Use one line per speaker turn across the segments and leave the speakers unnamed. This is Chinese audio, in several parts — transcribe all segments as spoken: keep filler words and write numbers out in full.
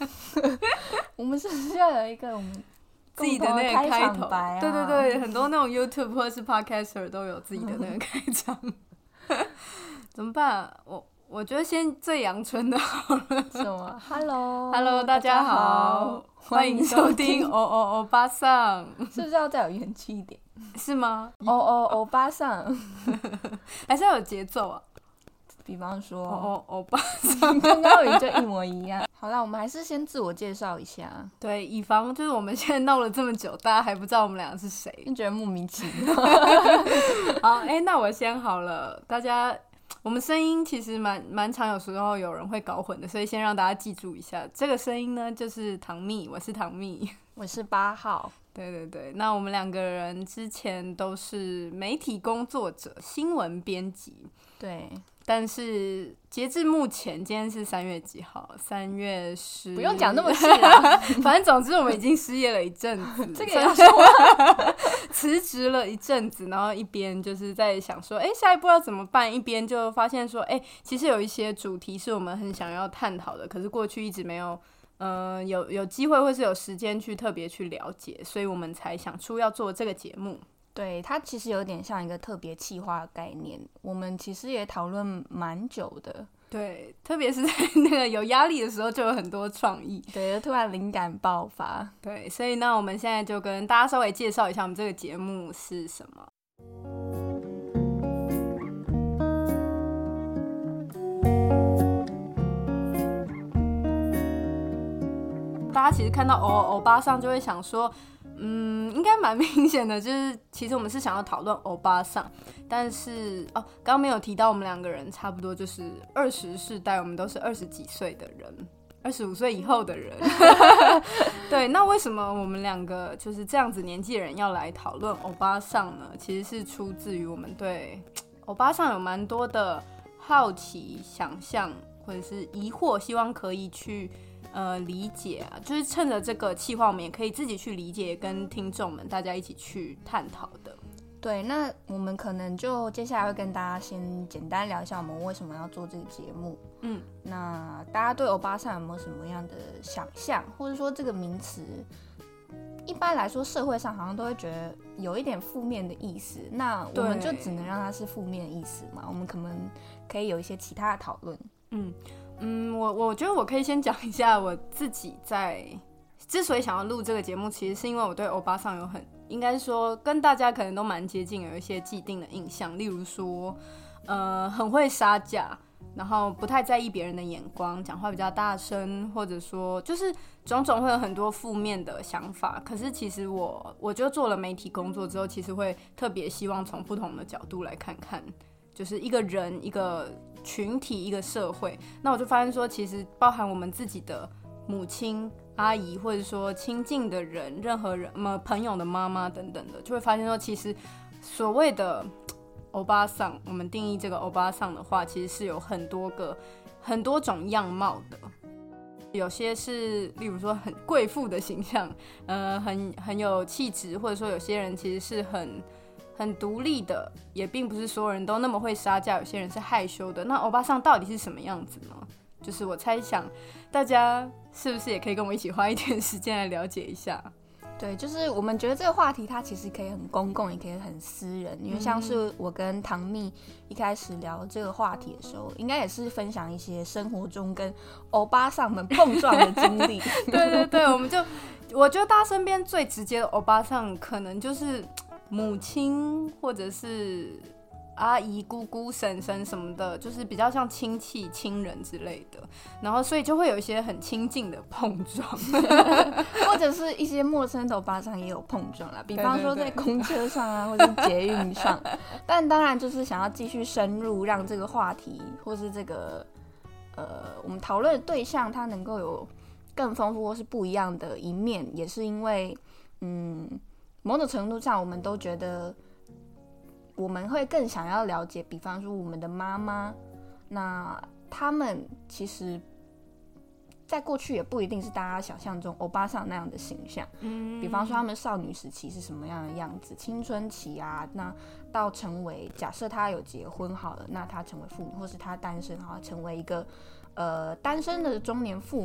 我们是不是要有一个我们
自己的那个开头？
啊、
对对对，很多那种 YouTube 或者是 Podcaster 都有自己的那个开场。怎么办？我我觉得先最阳春的好了。
什么 ？Hello
Hello， 大家好，欢迎收听欧欧欧巴桑。
是不是要再有元气一点？
是吗？
欧欧欧巴桑，
还是要有节奏啊？
比方说，
欧欧欧巴桑，
跟刚刚就一模一样。好啦，我们还是先自我介绍一下。
对，以防就是我们现在闹了这么久，大家还不知道我们俩是谁，
就觉得莫名其妙。
好，哎、欸，那我先好了，大家。我们声音其实蛮蛮常，有时候有人会搞混的，所以先让大家记住一下，这个声音呢就是唐蜜，我是唐蜜，
我是八号。
对对对，那我们两个人之前都是媒体工作者、新闻编辑，
对。但
是截至目前，今天是三月几号？三月十，
不用讲那么细啦。
反正总之我们已经失业了一阵子，
这个要说
辞职了一阵子，然后一边就是在想说，哎、欸，下一步要怎么办？一边就发现说，哎、欸，其实有一些主题是我们很想要探讨的，可是过去一直没有，呃，有有机会或是有时间去特别去了解，所以我们才想出要做这个节目。
对，它其实有点像一个特别企划的概念，我们其实也讨论蛮久的。
对，特别是在那个有压力的时候，就有很多创意。
对，就突然灵感爆发。
对，所以呢，我们现在就跟大家稍微介绍一下我们这个节目是什么。大家其实看到欧欧巴桑就会想说，嗯，应该蛮明显的，就是其实我们是想要讨论欧巴桑，但是哦，刚刚没有提到我们两个人差不多就是二十世代，我们都是二十几岁的人，二十五岁以后的人。对，那为什么我们两个就是这样子年纪的人要来讨论欧巴桑呢？其实是出自于我们对欧巴桑有蛮多的好奇、想象或者是疑惑，希望可以去。呃，理解啊，就是趁着这个企划，我们也可以自己去理解，跟听众们大家一起去探讨的。
对，那我们可能就接下来会跟大家先简单聊一下我们为什么要做这个节目。嗯，那大家对欧巴桑有没有什么样的想象，或者说这个名词，一般来说社会上好像都会觉得有一点负面的意思，那我们就只能让它是负面的意思嘛？我们可能可以有一些其他的讨论。
嗯。嗯，我我觉得我可以先讲一下我自己在之所以想要录这个节目，其实是因为我对欧巴桑有很应该说跟大家可能都蛮接近，有一些既定的印象，例如说，呃，很会杀价，然后不太在意别人的眼光，讲话比较大声，或者说就是种种会有很多负面的想法。可是其实我我就做了媒体工作之后，其实会特别希望从不同的角度来看看，就是一个人一个。群体一个社会，那我就发现说，其实包含我们自己的母亲、阿姨，或者说亲近的人，任何人、朋友的妈妈等等的，就会发现说，其实所谓的欧巴桑，我们定义这个欧巴桑的话，其实是有很多个、很多种样貌的。有些是，例如说很贵妇的形象，呃，很很有气质，或者说有些人其实是很。很独立的，也并不是所有人都那么会杀价，有些人是害羞的。那欧巴桑到底是什么样子呢？就是我猜想，大家是不是也可以跟我一起花一点时间来了解一下？
对，就是我们觉得这个话题它其实可以很公共，也可以很私人。因为像是我跟唐蜜一开始聊这个话题的时候，应该也是分享一些生活中跟欧巴桑们碰撞的经历。
对对对，我们就我觉得大家身边最直接的欧巴桑，可能就是母亲或者是阿姨、姑姑、婶婶什么的，就是比较像亲戚、亲人之类的，然后所以就会有一些很亲近的碰撞，
或者是一些陌生的欧巴桑也有碰撞啦，比方说在公车上啊，或者是捷运上。但当然就是想要继续深入，让这个话题或是这个呃我们讨论的对象，它能够有更丰富或是不一样的一面，也是因为嗯。某种程度上，我们都觉得我们会更想要了解，比方说我们的妈妈，那他们其实在过去也不一定是大家想象中欧巴桑那样的形象。嗯，比方说他们少女时期是什么样的样子，青春期啊，那到成为假设他有结婚好了，那他成为妇女，或是他单身好了，成为一个呃单身的中年妇女。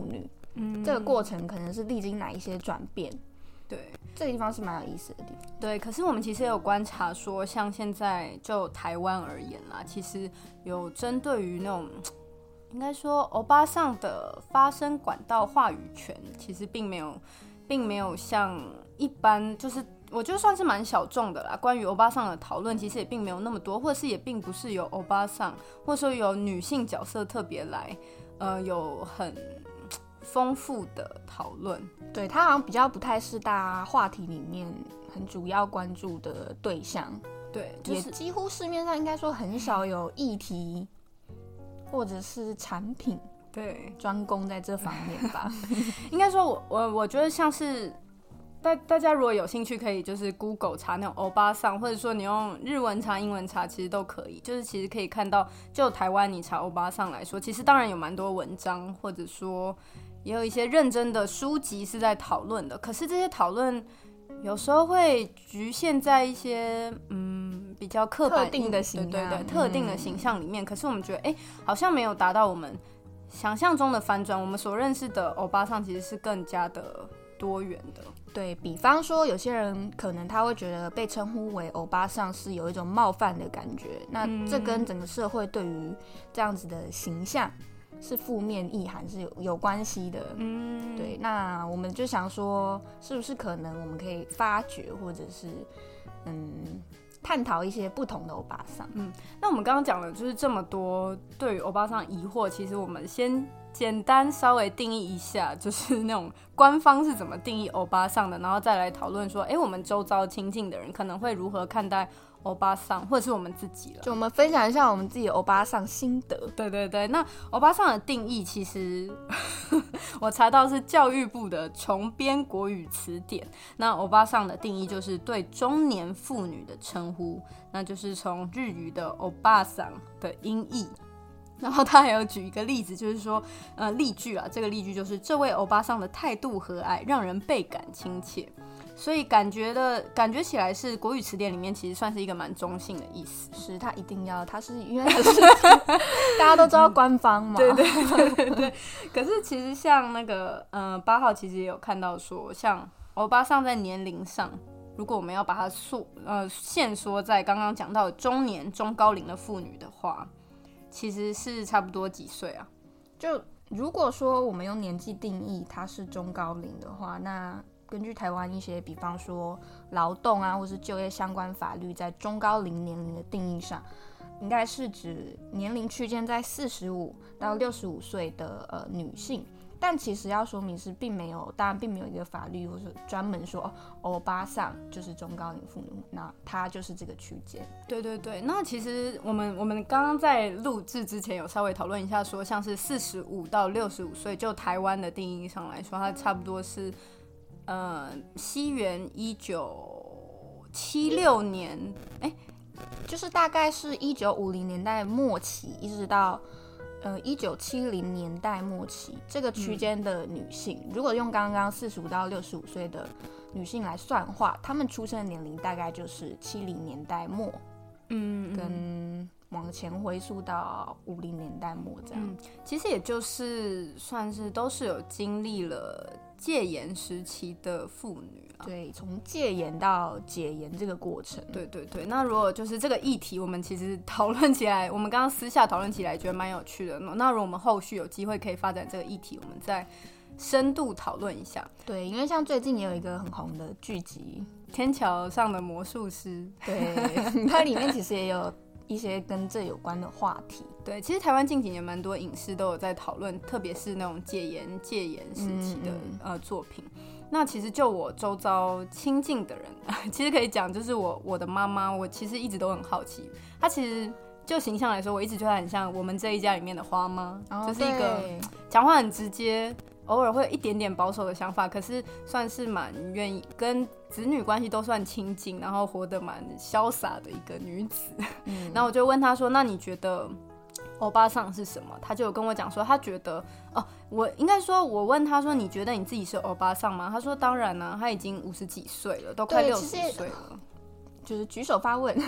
嗯，这个过程可能是历经哪一些转变。
对，
这个地方是蛮有意思的地方。
对，可是我们其实也有观察说，像现在就台湾而言啦，其实有针对于那种应该说欧巴桑的发声管道话语权，其实并没有，并没有像一般就是我觉得算是蛮小众的啦。关于欧巴桑的讨论，其实也并没有那么多，或者是也并不是由欧巴桑，或者说有女性角色特别来，呃，有很丰富的讨论。
对，他好像比较不太是大家话题里面很主要关注的对象。
对，就是、
也几乎市面上应该说很少有议题或者是产品
对
专攻在这方面吧。
应该说我我我觉得像是大大家如果有兴趣，可以就是 Google 查那种欧巴桑，或者说你用日文查、英文查，其实都可以。就是其实可以看到，就台湾你查欧巴桑来说，其实当然有蛮多文章，或者说也有一些认真的书籍是在讨论的。可是这些讨论有时候会局限在一些嗯比较刻板
特定的形象，
对对对，特定的形象里面。嗯、可是我们觉得，哎、欸，好像没有达到我们想象中的反转。我们所认识的欧巴桑其实是更加的多元的。
对，比方说，有些人可能他会觉得被称呼为欧巴桑是有一种冒犯的感觉，那这跟整个社会对于这样子的形象是负面意涵是 有, 有关系的。嗯，对，那我们就想说，是不是可能我们可以发掘或者是嗯探讨一些不同的欧巴桑。
嗯，那我们刚刚讲了就是这么多对于欧巴桑疑惑，其实我们先简单稍微定义一下，就是那种官方是怎么定义欧巴桑的，然后再来讨论说，哎，我们周遭亲近的人可能会如何看待欧巴桑，或者是我们自己了。
就我们分享一下我们自己的欧巴桑心得。
对对对，那欧巴桑的定义其实我查到是教育部的重编国语词典。那欧巴桑的定义就是对中年妇女的称呼，那就是从日语的欧巴桑的音译。然后他还有举一个例子，就是说，呃，例句啊，这个例句就是这位欧巴桑的态度和蔼，让人倍感亲切。所以感觉的感觉起来是国语词典里面其实算是一个蛮中性的意思。
是他一定要，他是因为他是大家都知道官方嘛。
对对对对对。可是其实像那个呃八号其实也有看到说，像欧巴桑在年龄上，如果我们要把它缩呃限缩在刚刚讲到的中年中高龄的妇女的话，其实是差不多几岁啊？
就如果说我们用年纪定义它是中高龄的话，那根据台湾一些比方说劳动啊或是就业相关法律在中高龄年龄的定义上，应该是指年龄区间在四十五到六十五岁的呃女性。但其实要说明是并没有，当然并没有一个法律或者专门说欧巴桑就是中高龄妇女，那它就是这个区间。
对对对，那其实我们我们刚刚在录制之前有稍微讨论一下说，像是四十五到六十五岁，就台湾的定义上来说，它差不多是呃西元一九七六年，哎，
就是大概是一九五零年代末期一直到呃，一九七零年代末期这个区间的女性、嗯，如果用刚刚四十五到六十五岁的女性来算话，她们出生的年龄大概就是七零年代末，嗯，跟往前回溯到五零年代末这样、嗯。
其实也就是算是都是有经历了戒严时期的妇女。
对，从戒严到解严这个过程。
对对对，那如果就是这个议题，我们其实讨论起来，我们刚刚私下讨论起来觉得蛮有趣的。那如果我们后续有机会可以发展这个议题，我们再深度讨论一下。
对，因为像最近也有一个很红的剧集
《天桥上的魔术师》，
对，它里面其实也有一些跟这有关的话题。
对，其实台湾近几年蛮多影视都有在讨论，特别是那种戒严戒严时期的、嗯嗯、呃作品。那其实就我周遭亲近的人，其实可以讲，就是我我的妈妈，我其实一直都很好奇，她其实就形象来说，我一直觉得很像我们这一家里面的花妈，哦、就是一个讲话很直接，偶尔会有一点点保守的想法，可是算是蛮愿意跟子女关系都算亲近，然后活得蛮潇洒的一个女子。嗯、然后我就问她说：“那你觉得欧巴桑是什么？”他就有跟我讲说，他觉得哦，我应该说，我问他说，你觉得你自己是欧巴桑吗？他说当然啊，他已经五十几岁了，都快六十岁了，
就是举手发问。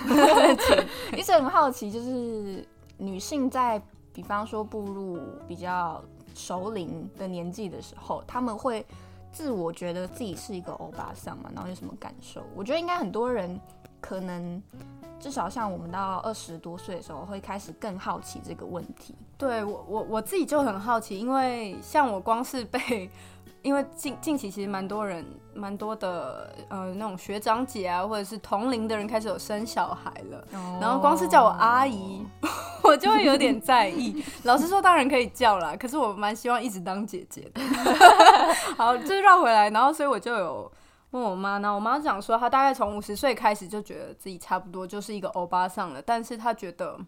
一直很好奇，就是女性在比方说步入比较熟龄的年纪的时候，他们会自我觉得自己是一个欧巴桑嘛，然后有什么感受？我觉得应该很多人可能至少像我们到二十多岁的时候，会开始更好奇这个问题。
对我我我自己就很好奇，因为像我光是被，因为近近期其实蛮多人蛮多的呃那种学长姐啊，或者是同龄的人开始有生小孩了，哦、然后光是叫我阿姨，我就会有点在意。老实说，当然可以叫啦，可是我蛮希望一直当姐姐的。好，就绕回来，然后所以我就有问我妈，然后我妈讲说，她大概从五十岁开始就觉得自己差不多就是一个欧巴桑了，但是她觉得。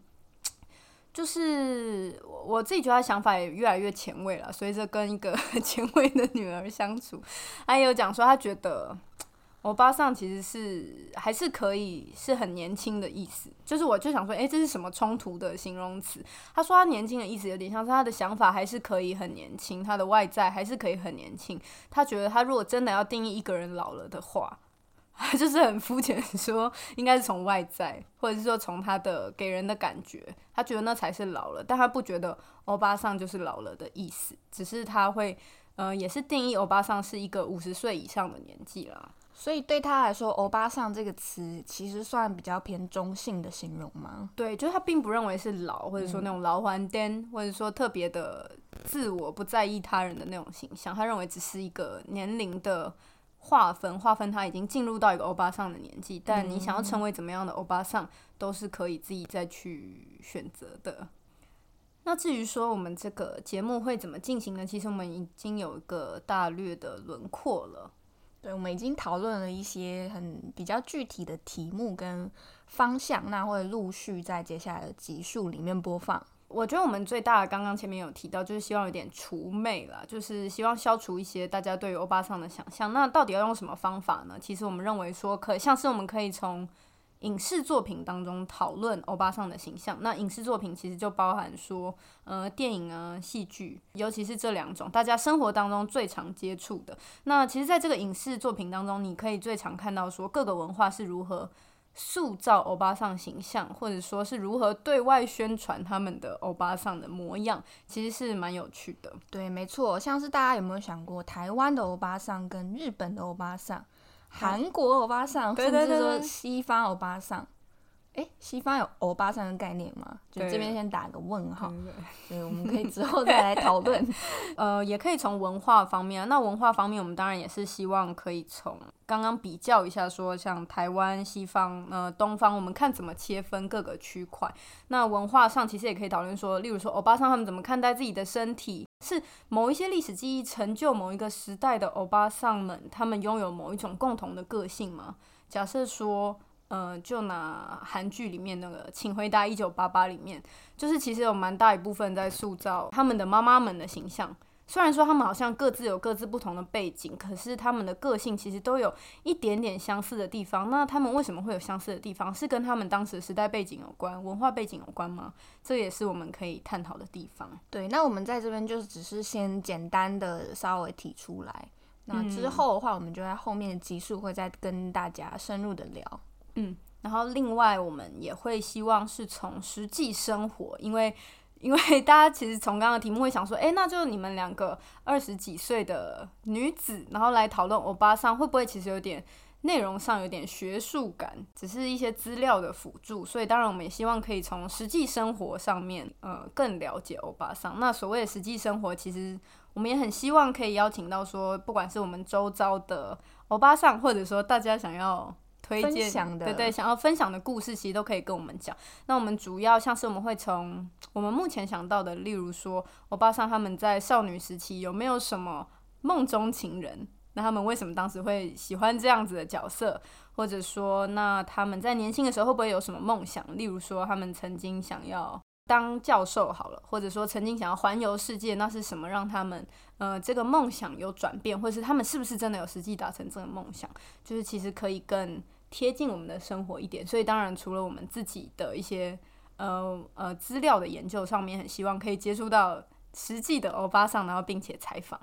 就是我自己觉得他想法也越来越前卫了，随着跟一个前卫的女儿相处，他也有讲说他觉得欧巴桑其实是还是可以是很年轻的意思，就是我就想说，哎、欸，这是什么冲突的形容词？他说他年轻的意思有点像是他的想法还是可以很年轻，他的外在还是可以很年轻。他觉得他如果真的要定义一个人老了的话。就是很肤浅说应该是从外在，或者是说从他的给人的感觉，他觉得那才是老了，但他不觉得欧巴桑就是老了的意思，只是他会呃也是定义欧巴桑是一个五十岁以上的年纪啦。
所以对他来说，欧巴桑这个词其实算比较偏中性的形容吗？
对，就是他并不认为是老，或者说那种老还颠，或者说特别的自我不在意他人的那种形象，他认为只是一个年龄的划分，划分他已经进入到一个欧巴桑的年纪，但你想要成为怎么样的欧巴桑，都是可以自己再去选择的。那至于说我们这个节目会怎么进行呢？其实我们已经有一个大略的轮廓了。
对，我们已经讨论了一些很比较具体的题目跟方向，那会陆续在接下来的集数里面播放。
我觉得我们最大的刚刚前面有提到，就是希望有点除魅啦，就是希望消除一些大家对于欧巴桑的想象。那到底要用什么方法呢？其实我们认为说可，像是我们可以从影视作品当中讨论欧巴桑的形象。那影视作品其实就包含说，呃，电影啊、戏剧，尤其是这两种大家生活当中最常接触的。那其实在这个影视作品当中，你可以最常看到说各个文化是如何塑造欧巴桑形象，或者说是如何对外宣传他们的欧巴桑的模样，其实是蛮有趣的。
对，没错，像是大家有没有想过，台湾的欧巴桑跟日本的欧巴桑、韩国欧巴桑，甚至说西方欧巴桑？哎，西方有欧巴桑的概念吗？就这边先打个问号，对对对，所以我们可以之后再来讨论。
呃，也可以从文化方面啊，那文化方面我们当然也是希望可以从刚刚比较一下，说像台湾、西方、呃东方，我们看怎么切分各个区块。那文化上其实也可以讨论说，例如说欧巴桑他们怎么看待自己的身体，是某一些历史记忆成就某一个时代的欧巴桑们，他们拥有某一种共同的个性吗？假设说。呃，就拿韩剧里面那个《请回答一九八八》里面，就是其实有蛮大一部分在塑造他们的妈妈们的形象。虽然说他们好像各自有各自不同的背景，可是他们的个性其实都有一点点相似的地方。那他们为什么会有相似的地方？是跟他们当时的时代背景有关、文化背景有关吗？这也是我们可以探讨的地方。
对，那我们在这边就只是先简单的稍微提出来，那之后的话，我们就在后面的集数会再跟大家深入的聊。
嗯，然后另外我们也会希望是从实际生活，因为因为大家其实从刚刚的题目会想说，哎，那就你们两个二十几岁的女子，然后来讨论欧巴桑，会不会其实有点内容上有点学术感，只是一些资料的辅助？所以当然我们也希望可以从实际生活上面，呃，更了解欧巴桑。那所谓的实际生活，其实我们也很希望可以邀请到说，不管是我们周遭的欧巴桑，或者说大家想要推荐的，对对，想要分享的故事，其实都可以跟我们讲。那我们主要像是我们会从我们目前想到的，例如说欧巴桑他们在少女时期有没有什么梦中情人，那他们为什么当时会喜欢这样子的角色，或者说那他们在年轻的时候会不会有什么梦想，例如说他们曾经想要当教授好了，或者说曾经想要环游世界，那是什么让他们呃这个梦想有转变，或者是他们是不是真的有实际达成这个梦想，就是其实可以更贴近我们的生活一点。所以当然除了我们自己的一些呃呃资料的研究上面，很希望可以接触到实际的欧巴桑，然后并且采访。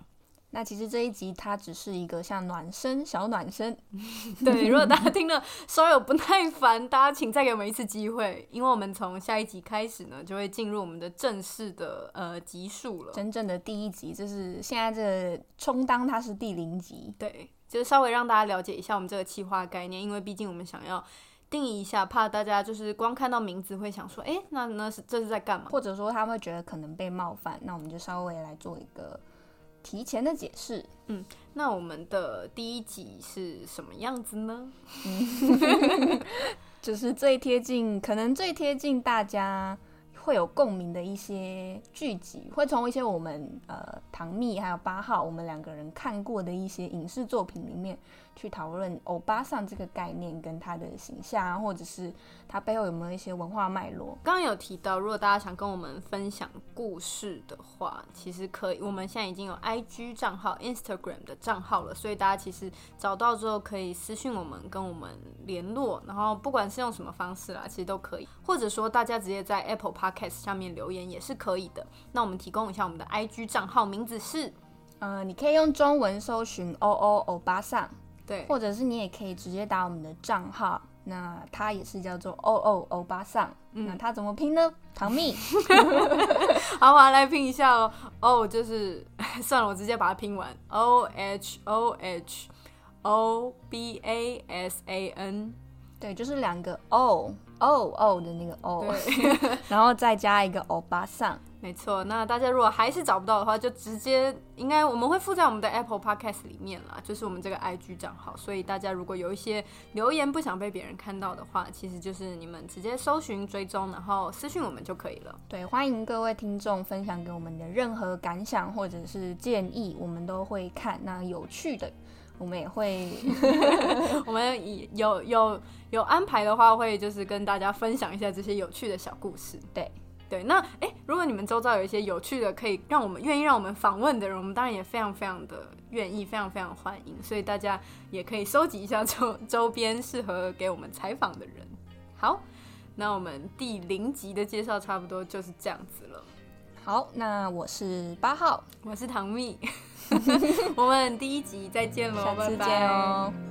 那其实这一集它只是一个像暖身小暖身
对，如果大家听了稍有不耐烦，大家请再给我们一次机会，因为我们从下一集开始呢就会进入我们的正式的呃集数了，
真正的第一集，就是现在这个充当它是第零集。
对，就是稍微让大家了解一下我们这个企划概念，因为毕竟我们想要定义一下，怕大家就是光看到名字会想说哎，那那是这是在干嘛，
或者说他会觉得可能被冒犯，那我们就稍微来做一个提前的解释。
嗯，那我们的第一集是什么样子呢？
嗯、就是最贴近，可能最贴近大家会有共鸣的一些剧集，会从一些我们呃唐蜜还有八号我们两个人看过的一些影视作品里面去讨论欧巴桑这个概念跟他的形象，或者是他背后有没有一些文化脉络。
刚刚有提到，如果大家想跟我们分享故事的话，其实可以，我们现在已经有 I G 账号 Instagram 的账号了，所以大家其实找到之后可以私讯我们跟我们联络，然后不管是用什么方式啦，其实都可以，或者说大家直接在 Apple Podcast 下面留言也是可以的。那我们提供一下我们的 I G 账号，名字是
呃，你可以用中文搜寻欧欧欧巴桑，
对，
或者是你也可以直接打我们的账号，那它也是叫做欧欧欧巴桑。嗯，那它怎么拼呢？唐蜜。
好，我来拼一下哦。哦，就是算了，我直接把它拼完。O H O H O B A S A N。
对，就是两个 O O O 的那个 O， 然后再加一个欧巴桑。
没错，那大家如果还是找不到的话，就直接应该我们会附在我们的 Apple Podcast 里面啦，就是我们这个 I G 账号。所以大家如果有一些留言不想被别人看到的话，其实就是你们直接搜寻追踪，然后私讯我们就可以了。
对，欢迎各位听众分享给我们的任何感想或者是建议，我们都会看。那有趣的我们也会
我们有有有安排的话，会就是跟大家分享一下这些有趣的小故事。
对
对，那哎，如果你们周遭有一些有趣的，可以让我们愿意让我们访问的人，我们当然也非常非常的愿意，非常非常欢迎。所以大家也可以收集一下周周边适合给我们采访的人。好，那我们第零集的介绍差不多就是这样子了。
好，那我是八号，
我是唐蜜，我们第一集再见喽，
下次见哦。拜拜。